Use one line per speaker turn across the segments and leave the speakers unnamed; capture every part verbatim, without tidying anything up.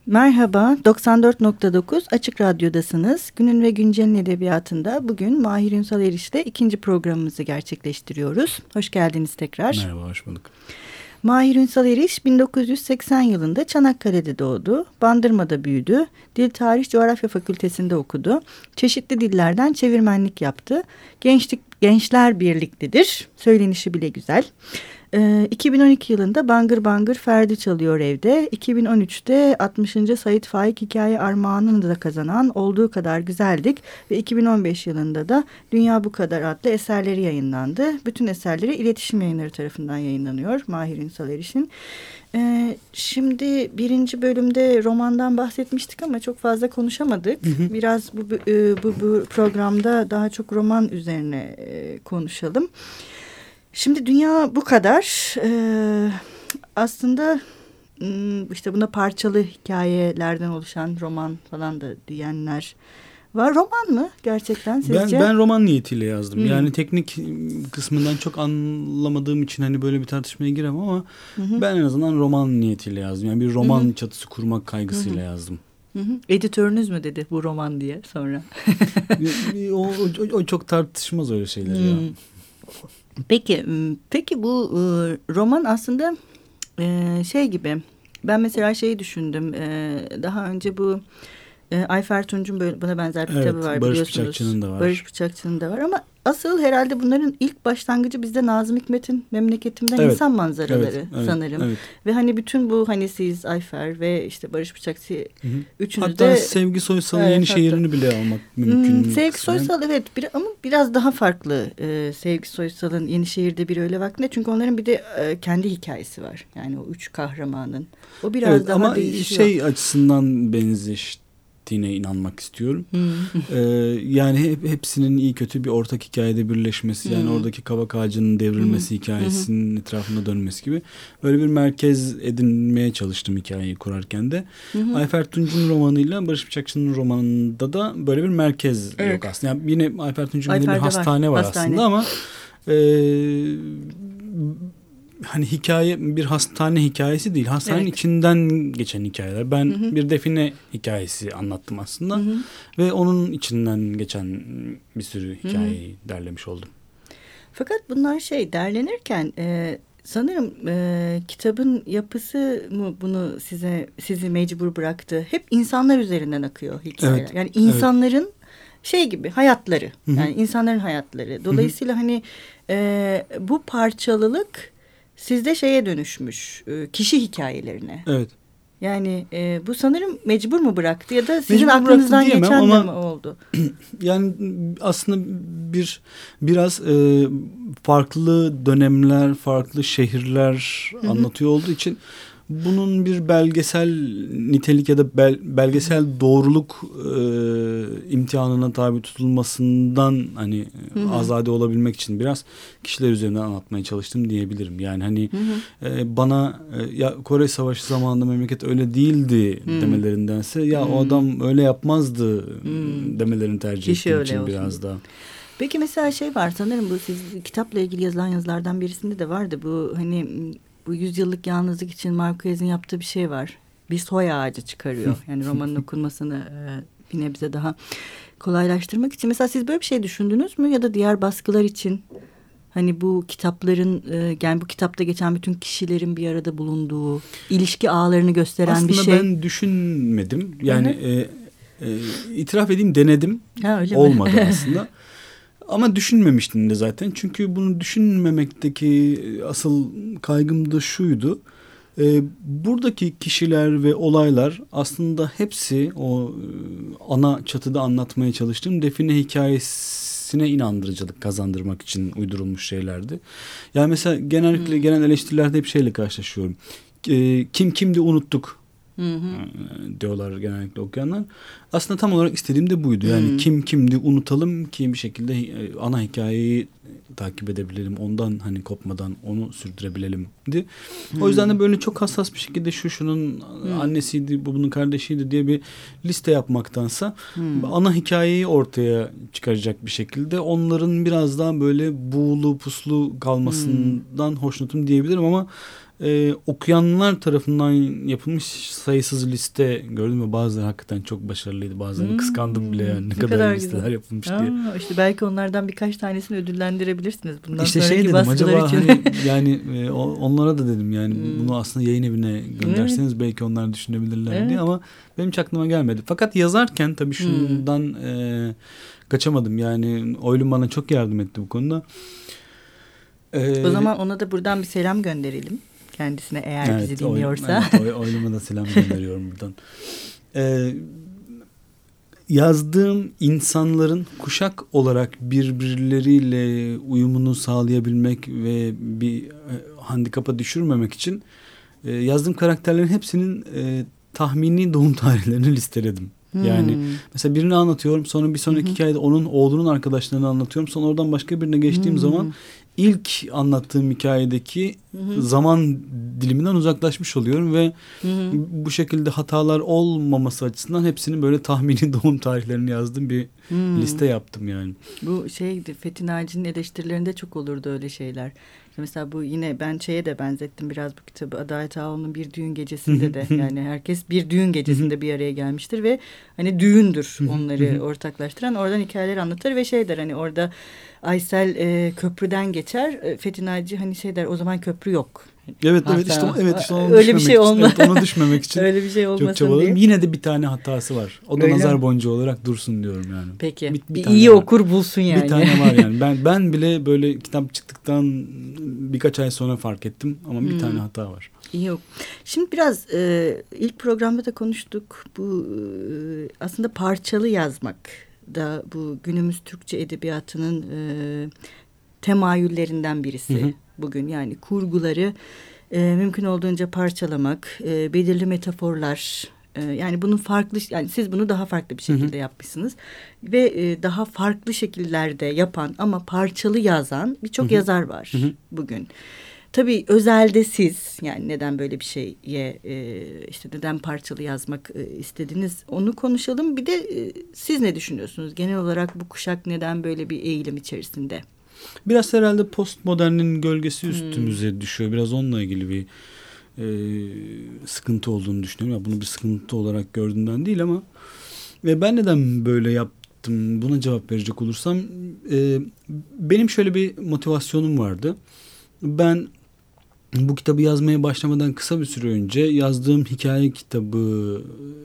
Merhaba, doksan dört nokta dokuz Açık Radyo'dasınız. Günün ve Güncel'in edebiyatında bugün Mahir Ünsal Eriş'le ikinci programımızı gerçekleştiriyoruz. Hoş geldiniz tekrar.
Merhaba, hoş bulduk.
Mahir Ünsal Eriş bin dokuz yüz seksen yılında Çanakkale'de doğdu. Bandırma'da büyüdü. Dil Tarih Coğrafya Fakültesi'nde okudu. Çeşitli dillerden çevirmenlik yaptı. Gençlik Gençler Birliklidir. Söylenişi bile güzel. Ee, iki bin on iki yılında Bangır Bangır Ferdi Çalıyor Evde. iki bin on üçte altmışıncı Sait Faik Hikaye Armağanı'nı da kazanan Olduğu Kadar Güzeldik ve iki bin on beş yılında da Dünya Bu Kadar adlı eserleri yayınlandı. Bütün eserleri İletişim Yayınları tarafından yayınlanıyor Mahir Ünsal Eriş'in. Ee, şimdi birinci bölümde romandan bahsetmiştik ama çok fazla konuşamadık. Hı hı. Biraz bu, bu, bu programda daha çok roman üzerine e, konuşalım. Şimdi Dünya Bu Kadar. Ee, aslında işte buna parçalı hikayelerden oluşan roman falan da diyenler var. Roman mı gerçekten sizce?
Ben, ben roman niyetiyle yazdım. Hmm. Yani teknik kısmından çok anlamadığım için hani böyle bir tartışmaya giremem ama hı hı. ben en azından roman niyetiyle yazdım. Yani bir roman hı hı. çatısı kurmak kaygısıyla hı hı. yazdım.
Hı hı. Editörünüz mü dedi bu roman diye sonra?
o, o, o çok tartışmaz öyle şeyler hmm. ya.
Peki, peki bu e, roman aslında e, şey gibi. Ben mesela şeyi düşündüm. E, daha önce bu e, Ayfer Tunç'un böyle buna benzer bir
evet,
kitabı var
Barış
biliyorsunuz.
Bıçakçı'nın da var.
Barış Bıçakçı'nın da var ama asıl herhalde bunların ilk başlangıcı bizde Nazım Hikmet'in Memleketimden evet, İnsan Manzaraları
evet, evet,
sanırım. Evet. Ve hani bütün bu hani siz Ayfer ve işte Barış Bıçakçı hı hı. üçünüz
hatta
de.
Sevgi Soysal'ın evet, Yenişehir'ini bile almak mümkün.
Hmm, Sevgi Soysal evet bir, ama biraz daha farklı. Ee, Sevgi Soysal'ın Yenişehir'de Bir Öyle Vakti. Çünkü onların bir de e, kendi hikayesi var. Yani o üç kahramanın. O biraz
evet,
daha
ama
değişiyor.
şey açısından benzeşti. inanmak istiyorum. ee, yani hep, hepsinin iyi kötü bir ortak hikayede birleşmesi, yani oradaki kavak ağacının devrilmesi hikayesinin etrafında dönmesi gibi böyle bir merkez edinmeye çalıştım hikayeyi kurarken de. Ayfer Tunç'un romanıyla Barış Bıçakçı'nın romanında da böyle bir merkez evet. yok aslında. Yani yine Ayfer Tunç'un bir hastane var, var hastane. aslında ama e, hani hikaye bir hastane hikayesi değil. Hastanenin evet. içinden geçen hikayeler. Ben hı hı. bir define hikayesi anlattım aslında. Hı hı. Ve onun içinden geçen bir sürü hikayeyi hı hı. derlemiş oldum.
Fakat bunlar şey derlenirken e, sanırım e, kitabın yapısı mı bunu size sizi mecbur bıraktı? Hep insanlar üzerinden akıyor hikayeler. Evet. Yani insanların evet. şey gibi hayatları. Hı hı. Yani insanların hayatları. Dolayısıyla hı hı. hani e, bu parçalılık sizde şeye dönüşmüş, kişi hikayelerine.
Evet.
Yani e, bu sanırım mecbur mu bıraktı ya da sizin mecbur aklınızdan geçen ama, de mi oldu?
Yani aslında bir biraz e, farklı dönemler, farklı şehirler Hı-hı. anlatıyor olduğu için bunun bir belgesel nitelik ya da bel, belgesel doğruluk e, imtihanına tabi tutulmasından hani Hı-hı. azade olabilmek için biraz kişiler üzerinden anlatmaya çalıştım diyebilirim. Yani hani e, bana e, ya Kore Savaşı zamanında memleket öyle değildi Hı-hı. demelerindense ya Hı-hı. o adam öyle yapmazdı Hı-hı. demelerini tercih Kişi ettiğim için olsun. Biraz daha.
Peki mesela şey var sanırım bu siz kitapla ilgili yazılan yazılardan birisinde de vardı bu hani bu yüzyıllık yalnızlık için Marquez'in yaptığı bir şey var. Bir soy ağacı çıkarıyor. Yani romanın okunmasını e, bir nebze daha kolaylaştırmak için. Mesela siz böyle bir şey düşündünüz mü? Ya da diğer baskılar için hani bu kitapların e, yani bu kitapta geçen bütün kişilerin bir arada bulunduğu ilişki ağlarını gösteren
Aslında
bir şey.
Aslında ben düşünmedim. Yani e, e, itiraf edeyim denedim. Ha, öyle Olmadı mi? aslında. Ama düşünmemiştim de zaten. Çünkü bunu düşünmemekteki asıl kaygım da şuydu. Ee, buradaki kişiler ve olaylar aslında hepsi o ana çatıda anlatmaya çalıştığım define hikayesine inandırıcılık kazandırmak için uydurulmuş şeylerdi. Yani mesela genellikle hmm. genel eleştirilerde hep şeyle karşılaşıyorum. Ee, kim kimdi unuttuk. Hı hı. diyorlar genellikle okuyanlar. Aslında tam olarak istediğim de buydu. Yani hı. kim kimdi unutalım ki bir şekilde ana hikayeyi takip edebilelim. Ondan hani kopmadan onu sürdürebilemdi. O yüzden de böyle çok hassas bir şekilde şu şunun hı. annesiydi, bu bunun kardeşiydi diye bir liste yapmaktansa hı. ana hikayeyi ortaya çıkaracak bir şekilde onların biraz daha böyle buğulu puslu kalmasından hı. hoşnutum diyebilirim ama e, okuyanlar tarafından yapılmış sayısız liste gördüm ve bazıları hakikaten çok başarılıydı. Bazılarını hmm. kıskandım bile yani ne, ne kadar, kadar listeler güzel. Yapılmış Aa, diye.
İşte belki onlardan birkaç tanesini ödüllendirebilirsiniz. Bundan
işte
sonraki
şey dedim acaba
için.
hani yani e, onlara da dedim yani hmm. bunu aslında yayın evine gönderseniz evet. belki onlar düşünebilirler evet. diye ama benim hiç aklıma gelmedi. Fakat yazarken tabii şundan hmm. e, kaçamadım yani Oylum bana çok yardım etti bu konuda.
Ee, o zaman ona da buradan bir selam gönderelim kendisine eğer evet, bizi dinliyorsa.
Evet, Oylum'a da selam gönderiyorum buradan. Ee, yazdığım insanların kuşak olarak birbirleriyle uyumunu sağlayabilmek ve bir handikapa düşürmemek için e, yazdığım karakterlerin hepsinin e, tahmini doğum tarihlerini listeledim. Yani hmm. mesela birini anlatıyorum sonra bir sonraki hmm. hikayede onun oğlunun arkadaşlarını anlatıyorum sonra oradan başka birine geçtiğim hmm. zaman ilk anlattığım hikayedeki hmm. zaman diliminden uzaklaşmış oluyorum ve hmm. bu şekilde hatalar olmaması açısından hepsinin böyle tahmini doğum tarihlerini yazdığım bir hmm. liste yaptım yani.
Bu şeydi Fethi Naci'nin eleştirilerinde çok olurdu öyle şeyler. Mesela bu yine ben şeye de benzettim biraz bu kitabı. Adalet Ağaoğlu'nun Bir Düğün Gecesi'nde de yani herkes bir düğün gecesinde bir araya gelmiştir ve hani düğündür onları ortaklaştıran. Oradan hikayeleri anlatır ve şey der hani orada Aysel e, köprüden geçer. E, Fethi Naci hani şey der o zaman köprü yok.
Evet hatta, evet işte evet işte onu
öyle bir şey olma.
Evet, ona düşmemek için.
Öyle bir şey olmasın diye.
Yine de bir tane hatası var. O da öyle nazar boncuğu olarak dursun diyorum yani.
Peki. Bir, bir iyi var. Okur bulsun yani.
Bir tane var yani. Ben ben bile böyle kitap çıktıktan birkaç ay sonra fark ettim ama bir hmm. tane hata var.
İyi yok. Şimdi biraz e, ilk programda da konuştuk. Bu e, aslında parçalı yazmak da bu günümüz Türkçe edebiyatının e, temayüllerinden birisi. Hı hı. Bugün yani kurguları e, mümkün olduğunca parçalamak, e, belirli metaforlar, e, yani bunun farklı, yani siz bunu daha farklı bir şekilde hı hı. yapmışsınız ve e, daha farklı şekillerde yapan ama parçalı yazan birçok yazar var hı hı. bugün. Tabii özelde siz yani neden böyle bir şeye e, işte neden parçalı yazmak e, istediniz onu konuşalım. Bir de e, siz ne düşünüyorsunuz? Genel olarak bu kuşak neden böyle bir eğilim içerisinde?
Biraz herhalde postmodernin gölgesi üstümüze hmm. düşüyor. Biraz onunla ilgili bir e, sıkıntı olduğunu düşünüyorum. Ya bunu bir sıkıntı olarak gördüğümden değil ama ve ben neden böyle yaptım buna cevap verecek olursam e, benim şöyle bir motivasyonum vardı. Ben bu kitabı yazmaya başlamadan kısa bir süre önce yazdığım hikaye kitabı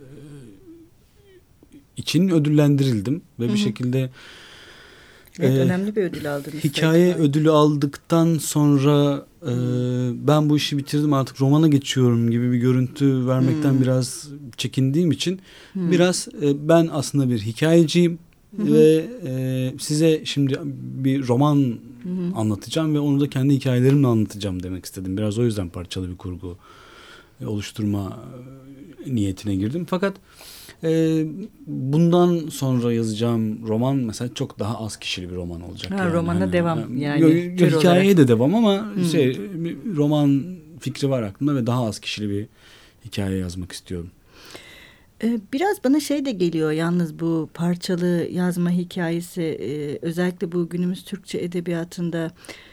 için ödüllendirildim ve Hı-hı. bir şekilde
evet, e, önemli bir ödül aldınız.
Hikaye zaten. Ödülü aldıktan sonra e, ben bu işi bitirdim artık romana geçiyorum gibi bir görüntü vermekten hmm. biraz çekindiğim için hmm. biraz e, ben aslında bir hikayeciyim. Hı-hı. Ve e, size şimdi bir roman Hı-hı. anlatacağım ve onu da kendi hikayelerimle anlatacağım demek istedim. Biraz o yüzden parçalı bir kurgu e, oluşturma e, niyetine girdim. Fakat e, bundan sonra yazacağım roman mesela çok daha az kişili bir roman olacak.
Ha,
yani.
Romana
hani,
devam yani.
yani hikayeye de devam ama Hı. şey bir roman fikri var aklımda ve daha az kişili bir hikaye yazmak istiyorum.
Biraz bana şey de geliyor yalnız bu parçalı yazma hikayesi özellikle bu günümüz Türkçe edebiyatında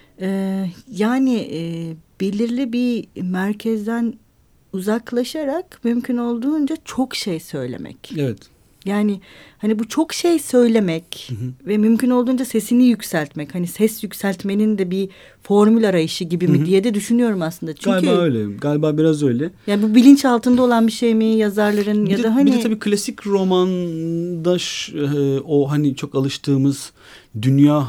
yani belirli bir merkezden uzaklaşarak mümkün olduğunca çok şey söylemek.
Evet.
Yani hani bu çok şey söylemek hı hı. ve mümkün olduğunca sesini yükseltmek. Hani ses yükseltmenin de bir formül arayışı gibi mi hı hı. diye de düşünüyorum aslında. Çünkü
galiba öyle. Galiba biraz öyle.
Yani bu bilinç altında olan bir şey mi yazarların
bir
ya
de,
da hani.
Bir de tabii klasik romanda e, o hani çok alıştığımız dünya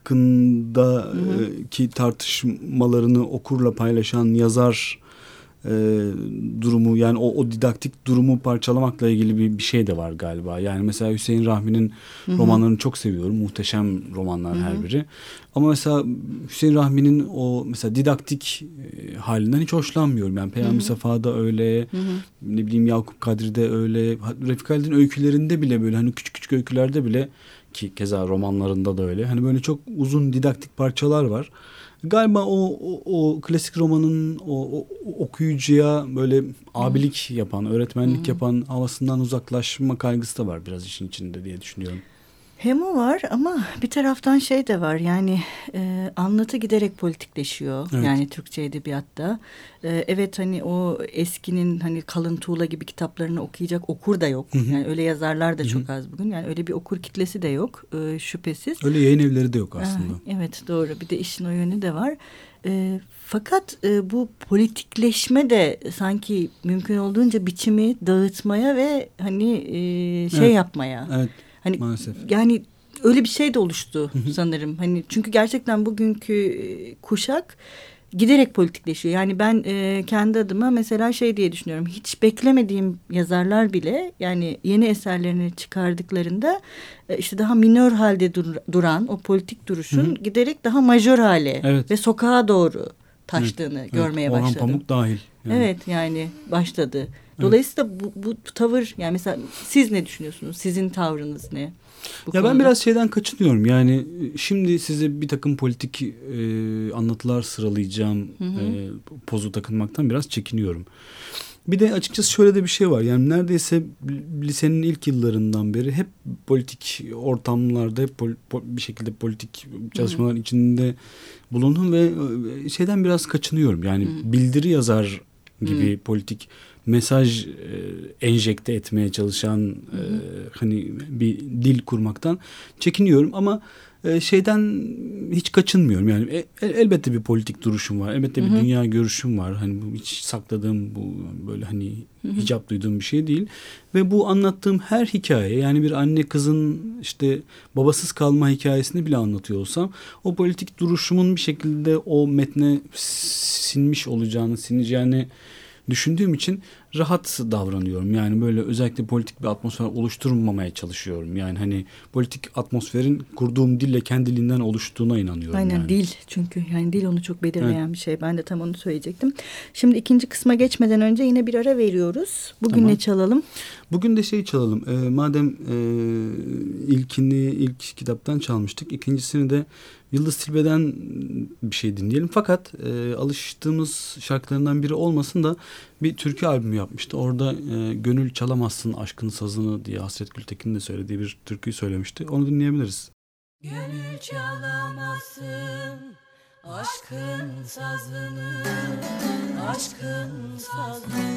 hakkındaki tartışmalarını okurla paylaşan yazar E, durumu yani o, o didaktik durumu parçalamakla ilgili bir, bir şey de var galiba. Yani mesela Hüseyin Rahmi'nin Hı-hı. romanlarını çok seviyorum. Muhteşem romanlar Hı-hı. her biri. Ama mesela Hüseyin Rahmi'nin o mesela didaktik e, halinden hiç hoşlanmıyorum. Yani Peyami Safa'da öyle, Hı-hı. ne bileyim Yakup Kadri'de öyle, Refik Halid'in öykülerinde bile böyle hani küçük küçük öykülerde bile ki keza romanlarında da öyle. Hani böyle çok uzun didaktik parçalar var. Galiba o, o, o klasik romanın o, o okuyucuya böyle abilik yapan, öğretmenlik hmm. yapan havasından uzaklaşma kaygısı da var biraz işin içinde diye düşünüyorum.
Hem o var ama bir taraftan şey de var, yani e, anlatı giderek politikleşiyor. Evet. Yani Türkçe edebiyatta. E, evet hani o eskinin hani Kalın Tuğla gibi kitaplarını okuyacak okur da yok. Hı hı. Yani öyle yazarlar da Hı hı. çok az bugün. Yani öyle bir okur kitlesi de yok e, şüphesiz.
Öyle yayın evleri de yok aslında.
E, evet doğru, bir de işin o yönü de var. E, fakat e, bu politikleşme de sanki mümkün olduğunca biçimi dağıtmaya ve hani e, şey evet. yapmaya.
Evet.
Hani
maalesef.
Yani öyle bir şey de oluştu sanırım. Hani çünkü gerçekten bugünkü kuşak giderek politikleşiyor. Yani ben e, kendi adıma mesela şey diye düşünüyorum. Hiç beklemediğim yazarlar bile yani yeni eserlerini çıkardıklarında e, işte daha minör halde dur, duran o politik duruşun Hı-hı. giderek daha majör hale evet. ve sokağa doğru taştığını evet. görmeye
evet.
başladım.
Orhan Pamuk dahil.
Yani. Evet yani başladı. Dolayısıyla bu, bu tavır, yani mesela siz ne düşünüyorsunuz? Sizin tavrınız ne?
Ya konuda? Ben biraz şeyden kaçınıyorum. Yani şimdi size bir takım politik e, anlatılar sıralayacağım hı hı. E, pozu takınmaktan biraz çekiniyorum. Bir de açıkçası şöyle de bir şey var. Yani neredeyse lisenin ilk yıllarından beri hep politik ortamlarda hep pol, pol, bir şekilde politik çalışmaların hı hı. içinde bulundum ve şeyden biraz kaçınıyorum. Yani hı hı. bildiri yazar gibi hı. politik mesaj e, enjekte etmeye çalışan e, hani bir dil kurmaktan çekiniyorum ama e, şeyden hiç kaçınmıyorum. Yani e, elbette bir politik duruşum var. Elbette bir hı hı. dünya görüşüm var. Hani bu hiç sakladığım, bu böyle hani hı hı. hicap duyduğum bir şey değil. Ve bu anlattığım her hikaye, yani bir anne kızın işte babasız kalma hikayesini bile anlatıyor olsam o politik duruşumun bir şekilde o metne sinmiş olacağını, sineceğini düşündüğüm için rahat davranıyorum. Yani böyle özellikle politik bir atmosfer oluşturmamaya çalışıyorum. Yani hani politik atmosferin kurduğum dille kendiliğinden oluştuğuna inanıyorum.
Aynen
yani.
Dil çünkü yani dil onu çok belirleyen evet. bir şey. Ben de tam onu söyleyecektim. Şimdi ikinci kısma geçmeden önce yine bir ara veriyoruz. Bugün tamam. ne çalalım?
Bugün de şey çalalım. E, madem e, ilkini ilk kitaptan çalmıştık, ikincisini de Yıldız Tilbe'den bir şey dinleyelim. Fakat e, alıştığımız şarkılarından biri olmasın da bir türkü albümü yapmıştı. Orada e, Gönül Çalamazsın Aşkın Sazını diye Hasret Gültekin'in de söylediği bir türküyü söylemişti. Onu dinleyebiliriz.
Gönül çalamazsın aşkın sazını, aşkın sazını.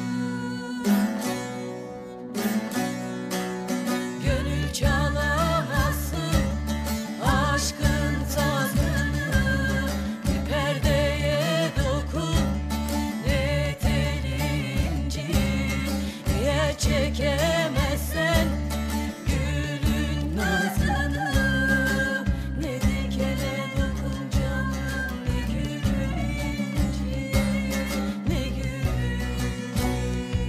Gönül çalamazsın aşkın sazını, bir perdeye dokun ne telinci, eğer çekemezsen gülün nazını, ne dikene dokun canım, ne gülün inci, ne gülün.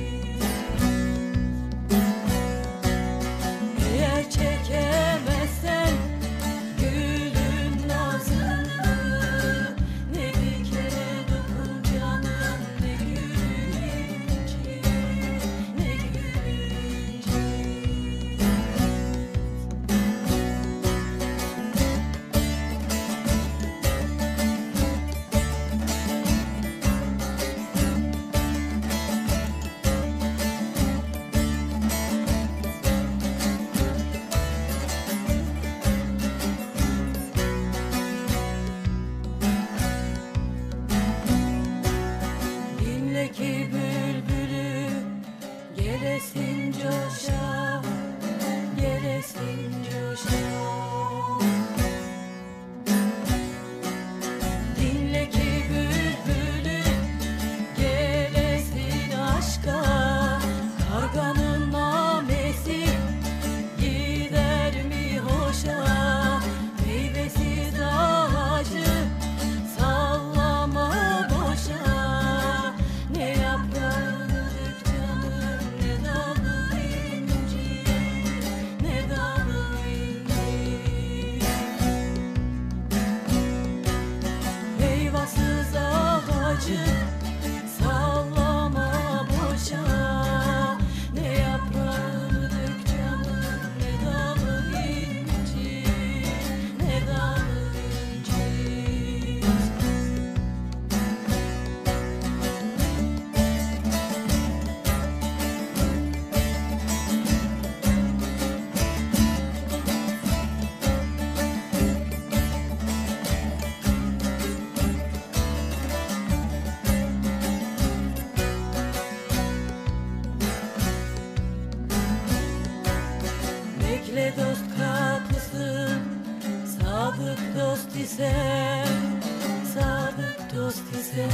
Bekle dost kapısı, sadık dost ise, sadık dost ise.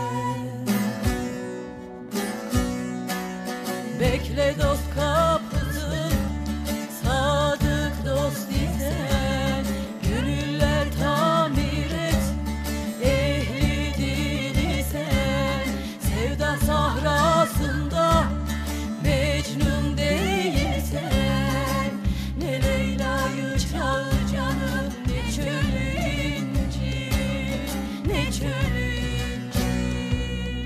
Bekle dost kapısı, sadık dost ise, gönüller tamir et, ehli dil ise, sevda sahrasında Mecnun değilsen, ne Leyla'yı çal canım, ne çölü incir, ne çölü incir.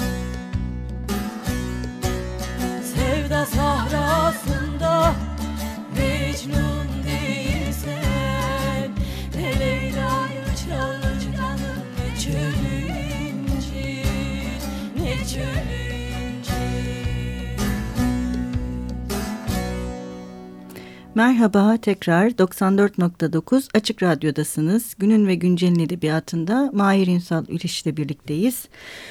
Sevda sahrasında Mecnun değilsen, ne Leyla'yı çal canım, ne çölü incir, ne çölü incir.
Merhaba, tekrar doksan dört nokta dokuz Açık Radyo'dasınız. Günün ve Güncel'in edebiyatında Mahir Ünsal İriş'le birlikteyiz.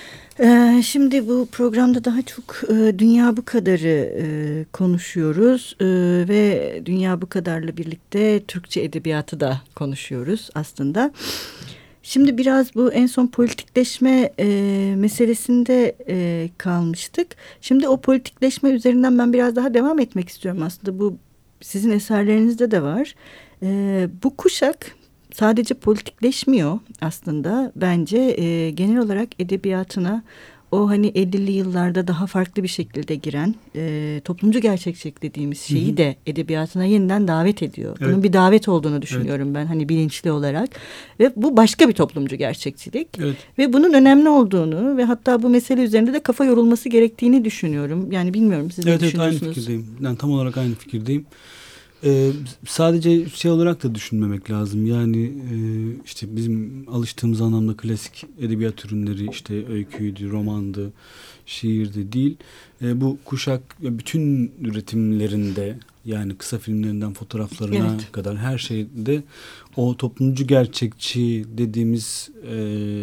Ee, şimdi bu programda daha çok e, Dünya Bu Kadar'ı e, konuşuyoruz e, ve Dünya Bu Kadar'la birlikte Türkçe edebiyatı da konuşuyoruz aslında. Şimdi biraz bu en son politikleşme e, meselesinde e, kalmıştık. Şimdi o politikleşme üzerinden ben biraz daha devam etmek istiyorum aslında. Bu sizin eserlerinizde de var. E, bu kuşak sadece politikleşmiyor aslında. Bence e, genel olarak edebiyatına o hani ellili yıllarda daha farklı bir şekilde giren e, toplumcu gerçekçilik dediğimiz şeyi hı hı. de edebiyatına yeniden davet ediyor. Evet. Bunun bir davet olduğunu düşünüyorum evet. ben hani bilinçli olarak. Ve bu başka bir toplumcu gerçekçilik. Evet. Ve bunun önemli olduğunu ve hatta bu mesele üzerinde de kafa yorulması gerektiğini düşünüyorum. Yani bilmiyorum siz
evet,
ne düşünüyorsunuz?
Evet, aynı fikirdeyim. Yani tam olarak aynı fikirdeyim. Ee, sadece şey olarak da düşünmemek lazım. Yani e, işte bizim alıştığımız anlamda klasik edebiyat ürünleri işte öyküydü, romandı, şiirdi değil. E, bu kuşak bütün üretimlerinde yani kısa filmlerinden fotoğraflarına evet. kadar her şeyde o toplumcu gerçekçi dediğimiz e,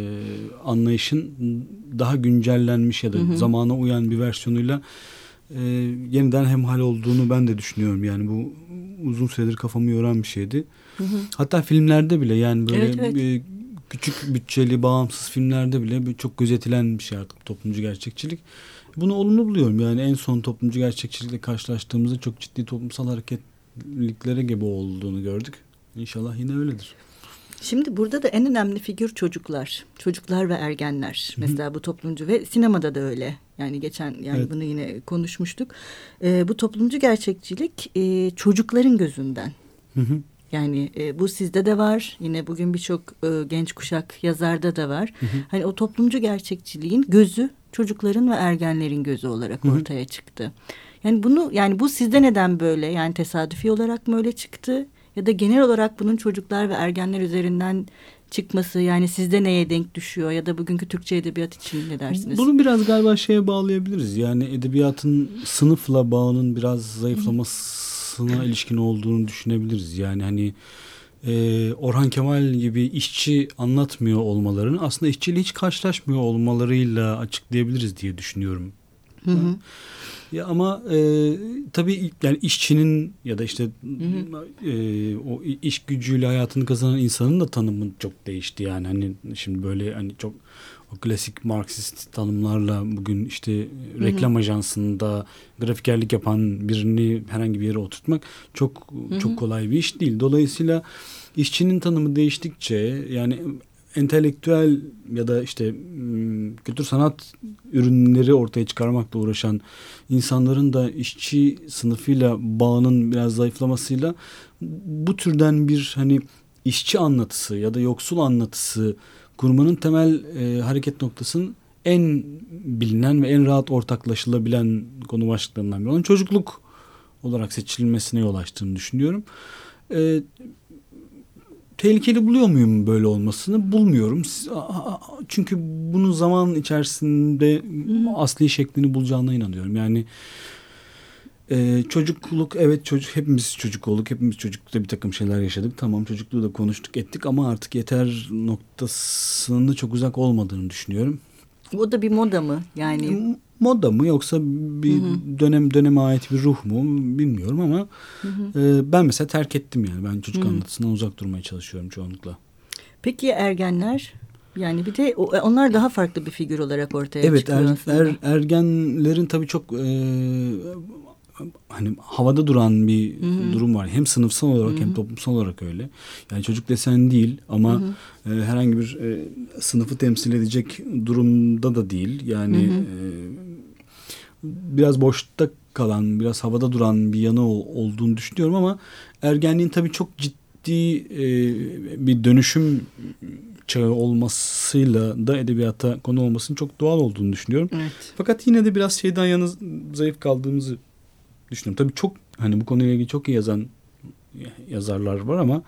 anlayışın daha güncellenmiş ya da hı hı. zamana uyan bir versiyonuyla e, yeniden hemhal olduğunu ben de düşünüyorum. Yani bu uzun süredir kafamı yoran bir şeydi. Hı hı. Hatta filmlerde bile yani böyle evet, evet. E, küçük bütçeli bağımsız filmlerde bile çok gözetilen bir şey artık toplumcu gerçekçilik. Bunu olumlu buluyorum. Yani en son toplumcu gerçekçilikle karşılaştığımızda çok ciddi toplumsal hareketliklere gebe olduğunu gördük. İnşallah yine öyledir.
Şimdi burada da en önemli figür çocuklar. Çocuklar ve ergenler. Hı-hı. Mesela bu toplumcu ve sinemada da öyle. Yani geçen yani evet. bunu yine konuşmuştuk. Ee, bu toplumcu gerçekçilik e, çocukların gözünden. Hı-hı. Yani e, bu sizde de var. Yine bugün birçok e, genç kuşak yazarda da var. Hı hı. Hani o toplumcu gerçekçiliğin gözü çocukların ve ergenlerin gözü olarak hı hı. ortaya çıktı. Yani bunu yani bu sizde neden böyle? Yani tesadüfi olarak mı öyle çıktı? Ya da genel olarak bunun çocuklar ve ergenler üzerinden çıkması yani sizde neye denk düşüyor? Ya da bugünkü Türkçe edebiyat için ne dersiniz?
Bunu biraz galiba şeye bağlayabiliriz. Yani edebiyatın sınıfla bağının biraz zayıflamasına ilişkin olduğunu düşünebiliriz. Yani hani e, Orhan Kemal gibi işçi anlatmıyor olmalarını aslında işçiyle hiç karşılaşmıyor olmalarıyla açıklayabiliriz diye düşünüyorum. Hı hı. Ya ama e, tabii yani işçinin ya da işte hı hı. E, o iş gücüyle hayatını kazanan insanın da tanımı çok değişti yani hani şimdi böyle hani çok o klasik Marksist tanımlarla bugün işte reklam hı hı. ajansında grafikerlik yapan birini herhangi bir yere oturtmak çok hı hı. çok kolay bir iş değil. Dolayısıyla işçinin tanımı değiştikçe yani entelektüel ya da işte kültür sanat ürünleri ortaya çıkarmakla uğraşan insanların da işçi sınıfıyla bağının biraz zayıflamasıyla bu türden bir hani işçi anlatısı ya da yoksul anlatısı kurmanın temel e, hareket noktasının en bilinen ve en rahat ortaklaşılabilen konu başlıklarından biri. Onun çocukluk olarak seçilmesine yol açtığını düşünüyorum. E, tehlikeli buluyor muyum böyle olmasını? Bulmuyorum. Çünkü bunun zaman içerisinde asli şeklini bulacağına inanıyorum. Yani e, çocukluk evet çocuk hepimiz çocuk olduk. Hepimiz çocuklukta bir takım şeyler yaşadık. Tamam çocukluğu da konuştuk ettik ama artık yeter noktasının da çok uzak olmadığını düşünüyorum.
O da bir moda mı? Yani
moda mı yoksa bir hı hı. dönem döneme ait bir ruh mu bilmiyorum ama hı hı. E, ben mesela terk ettim yani. Ben çocuk hı. anlatısından uzak durmaya çalışıyorum çoğunlukla.
Peki ergenler? Yani bir de onlar daha farklı bir figür olarak ortaya
evet,
çıkıyor
er,
aslında.
Evet er, ergenlerin tabii çok e, hani havada duran bir hı-hı. durum var. Hem sınıfsal olarak hı-hı. hem toplumsal olarak öyle. Yani çocuk desen değil ama e, herhangi bir e, sınıfı temsil edecek durumda da değil. Yani e, biraz boşta kalan, biraz havada duran bir yanı olduğunu düşünüyorum ama ergenliğin tabii çok ciddi e, bir dönüşüm çağı olmasıyla da edebiyata konu olmasının çok doğal olduğunu düşünüyorum.
Evet.
Fakat yine de biraz şeyden yana zayıf kaldığımızı düşünüyorum. Tabii çok hani bu konuyla ilgili çok iyi yazan yazarlar var ama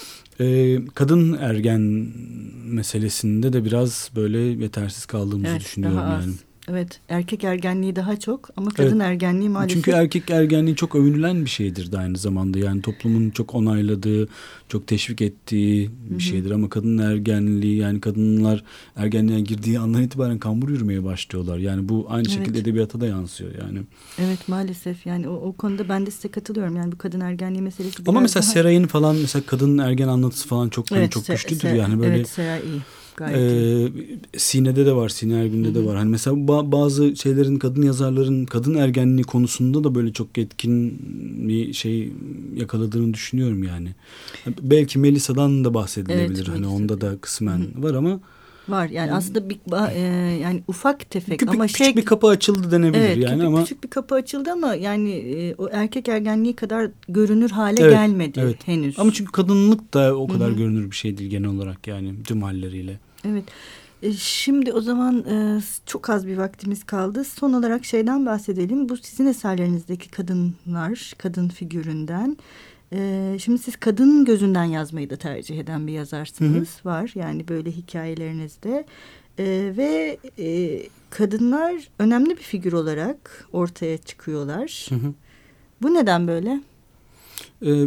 e, kadın ergen meselesinde de biraz böyle yetersiz kaldığımızı
evet,
düşünüyorum yani.
Evet, erkek ergenliği daha çok ama kadın evet. ergenliği maalesef.
Çünkü erkek ergenliği çok övünülen bir şeydir de aynı zamanda. Yani toplumun çok onayladığı, çok teşvik ettiği bir Hı-hı. şeydir. Ama kadın ergenliği, yani kadınlar ergenliğe girdiği andan itibaren kambur yürümeye başlıyorlar. Yani bu aynı evet. şekilde edebiyata da yansıyor yani.
Evet, maalesef yani o, o konuda ben de size katılıyorum. Yani bu kadın ergenliği meselesi.
Ama mesela
daha...
Seray'ın falan mesela kadın ergen anlatısı falan çok evet, çok güçlüdür se- yani böyle.
Evet, Seray iyi.
Ee, Sine'de de var, Sine Ergün'de Hı-hı. de var. Hani mesela ba- bazı şeylerin, kadın yazarların kadın ergenliği konusunda da böyle çok etkin bir şey yakaladığını düşünüyorum yani. Belki Melisa'dan da bahsedilebilir. Evet, hani Melisa. Onda da kısmen Hı-hı. var ama
var yani hmm. aslında bir e, yani ufak tefek
küçük,
ama
küçük
şey
bir kapı açıldı denebilir
evet,
yani
küçük,
ama
küçük bir kapı açıldı ama yani e, o erkek ergenliği kadar görünür hale
evet,
gelmedi
evet.
henüz.
Ama çünkü kadınlık da o kadar Hı-hı. görünür bir şey değil genel olarak yani tüm halleriyle.
Evet. E, şimdi o zaman e, çok az bir vaktimiz kaldı. Son olarak şeyden bahsedelim. Bu sizin eserlerinizdeki kadınlar, kadın figüründen. Ee, şimdi siz kadın gözünden yazmayı da tercih eden bir yazarsınız. Hı hı. Var yani böyle hikayelerinizde ee, ve e, kadınlar önemli bir figür olarak ortaya çıkıyorlar. Hı hı. Bu neden böyle?
Ee,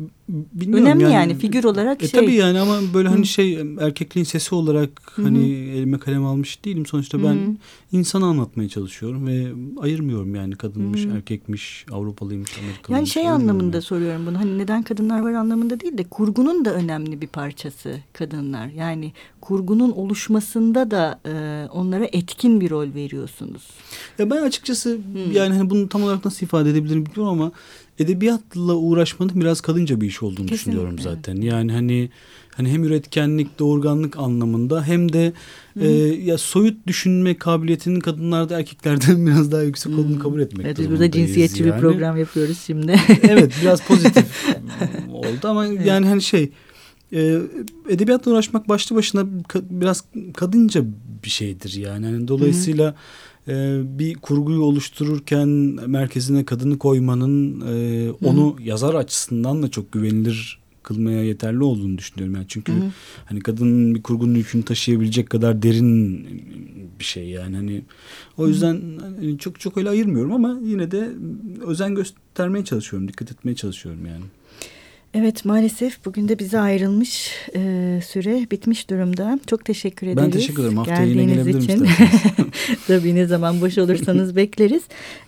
önemli yani, yani figür olarak
e,
şey.
Tabii yani ama böyle hani Hı. şey erkekliğin sesi olarak Hı-hı. hani elime kalem almış değilim. Sonuçta Hı-hı. ben insanı anlatmaya çalışıyorum ve ayırmıyorum yani kadınmış, Hı-hı. erkekmiş, Avrupalıymış, Amerikalıymış.
Yani şey anlamında yani. Soruyorum bunu. Hani neden kadınlar var anlamında değil de kurgunun da önemli bir parçası kadınlar. Yani kurgunun oluşmasında da e, onlara etkin bir rol veriyorsunuz.
Ya ben açıkçası Hı. yani hani bunu tam olarak nasıl ifade edebilirim bilmiyorum ama edebiyatla uğraşmanın biraz kadınca bir iş olduğunu Kesinlikle. düşünüyorum zaten. Yani hani hani hem üretkenlik, doğurganlık anlamında hem de e, ya soyut düşünme kabiliyetinin kadınlarda erkeklerden biraz daha yüksek olduğunu kabul etmek
evet,
durumundayız.
Burada cinsiyetçi yani. bir program yapıyoruz şimdi.
Evet, biraz pozitif oldu ama evet. yani hani şey e, edebiyatla uğraşmak başlı başına ka- biraz kadınca bir şeydir yani. yani dolayısıyla Hı-hı. bir kurguyu oluştururken merkezine kadını koymanın e, onu Hı-hı. yazar açısından da çok güvenilir kılmaya yeterli olduğunu düşünüyorum. Yani çünkü Hı-hı. hani kadının bir kurgunun yükünü taşıyabilecek kadar derin bir şey yani hani o yüzden hani çok çok öyle ayırmıyorum ama yine de özen göstermeye çalışıyorum, dikkat etmeye çalışıyorum yani.
Evet, maalesef bugün de bize ayrılmış e, süre bitmiş durumda. Çok teşekkür ederiz.
Ben teşekkür ederim. Haftaya yine gelebilirim isterseniz.
Tabii ne zaman boş olursanız bekleriz.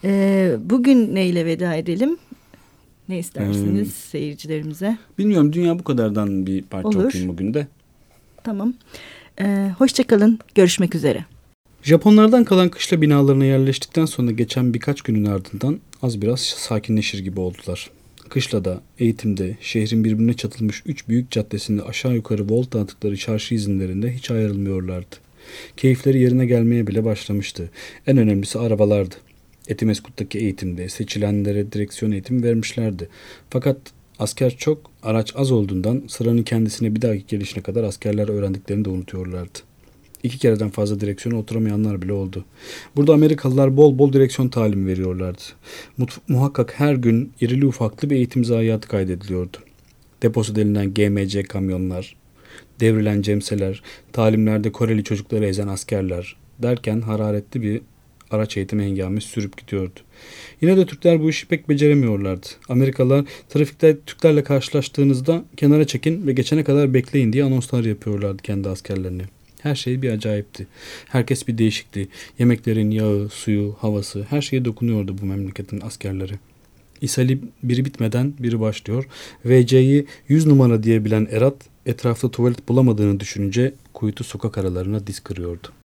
E, bugün neyle veda edelim? Ne istersiniz hmm. seyircilerimize?
Bilmiyorum, Dünya Bu Kadar'dan bir parça Olur. okuyayım bugün de.
Tamam. E, hoşçakalın. Görüşmek üzere.
Japonlardan kalan kışla binalarına yerleştikten sonra geçen birkaç günün ardından az biraz sakinleşir gibi oldular. Kışlada, eğitimde, şehrin birbirine çatılmış üç büyük caddesinde aşağı yukarı volta attıkları çarşı izinlerinde hiç ayrılmıyorlardı. Keyifleri yerine gelmeye bile başlamıştı. En önemlisi arabalardı. Etimeskut'taki eğitimde seçilenlere direksiyon eğitimi vermişlerdi. Fakat asker çok, araç az olduğundan sıranın kendisine bir dahaki gelişine kadar askerler öğrendiklerini de unutuyorlardı. İki kereden fazla direksiyona oturamayanlar bile oldu. Burada Amerikalılar bol bol direksiyon talimi veriyorlardı. Mut- muhakkak her gün irili ufaklı bir eğitim zayiatı kaydediliyordu. Deposu delinen G M C kamyonlar, devrilen cemseler, talimlerde Koreli çocukları ezen askerler derken hararetli bir araç eğitimi hengamesi sürüp gidiyordu. Yine de Türkler bu işi pek beceremiyorlardı. Amerikalılar trafikte Türklerle karşılaştığınızda kenara çekin ve geçene kadar bekleyin diye anonslar yapıyorlardı kendi askerlerine. Her şey bir acayipti. Herkes bir değişikti. Yemeklerin yağı, suyu, havası, her şeye dokunuyordu bu memleketin askerleri. İshali biri bitmeden biri başlıyor. V C'yi yüz numara diyebilen Erat etrafta tuvalet bulamadığını düşününce kuytu sokak aralarına diz kırıyordu.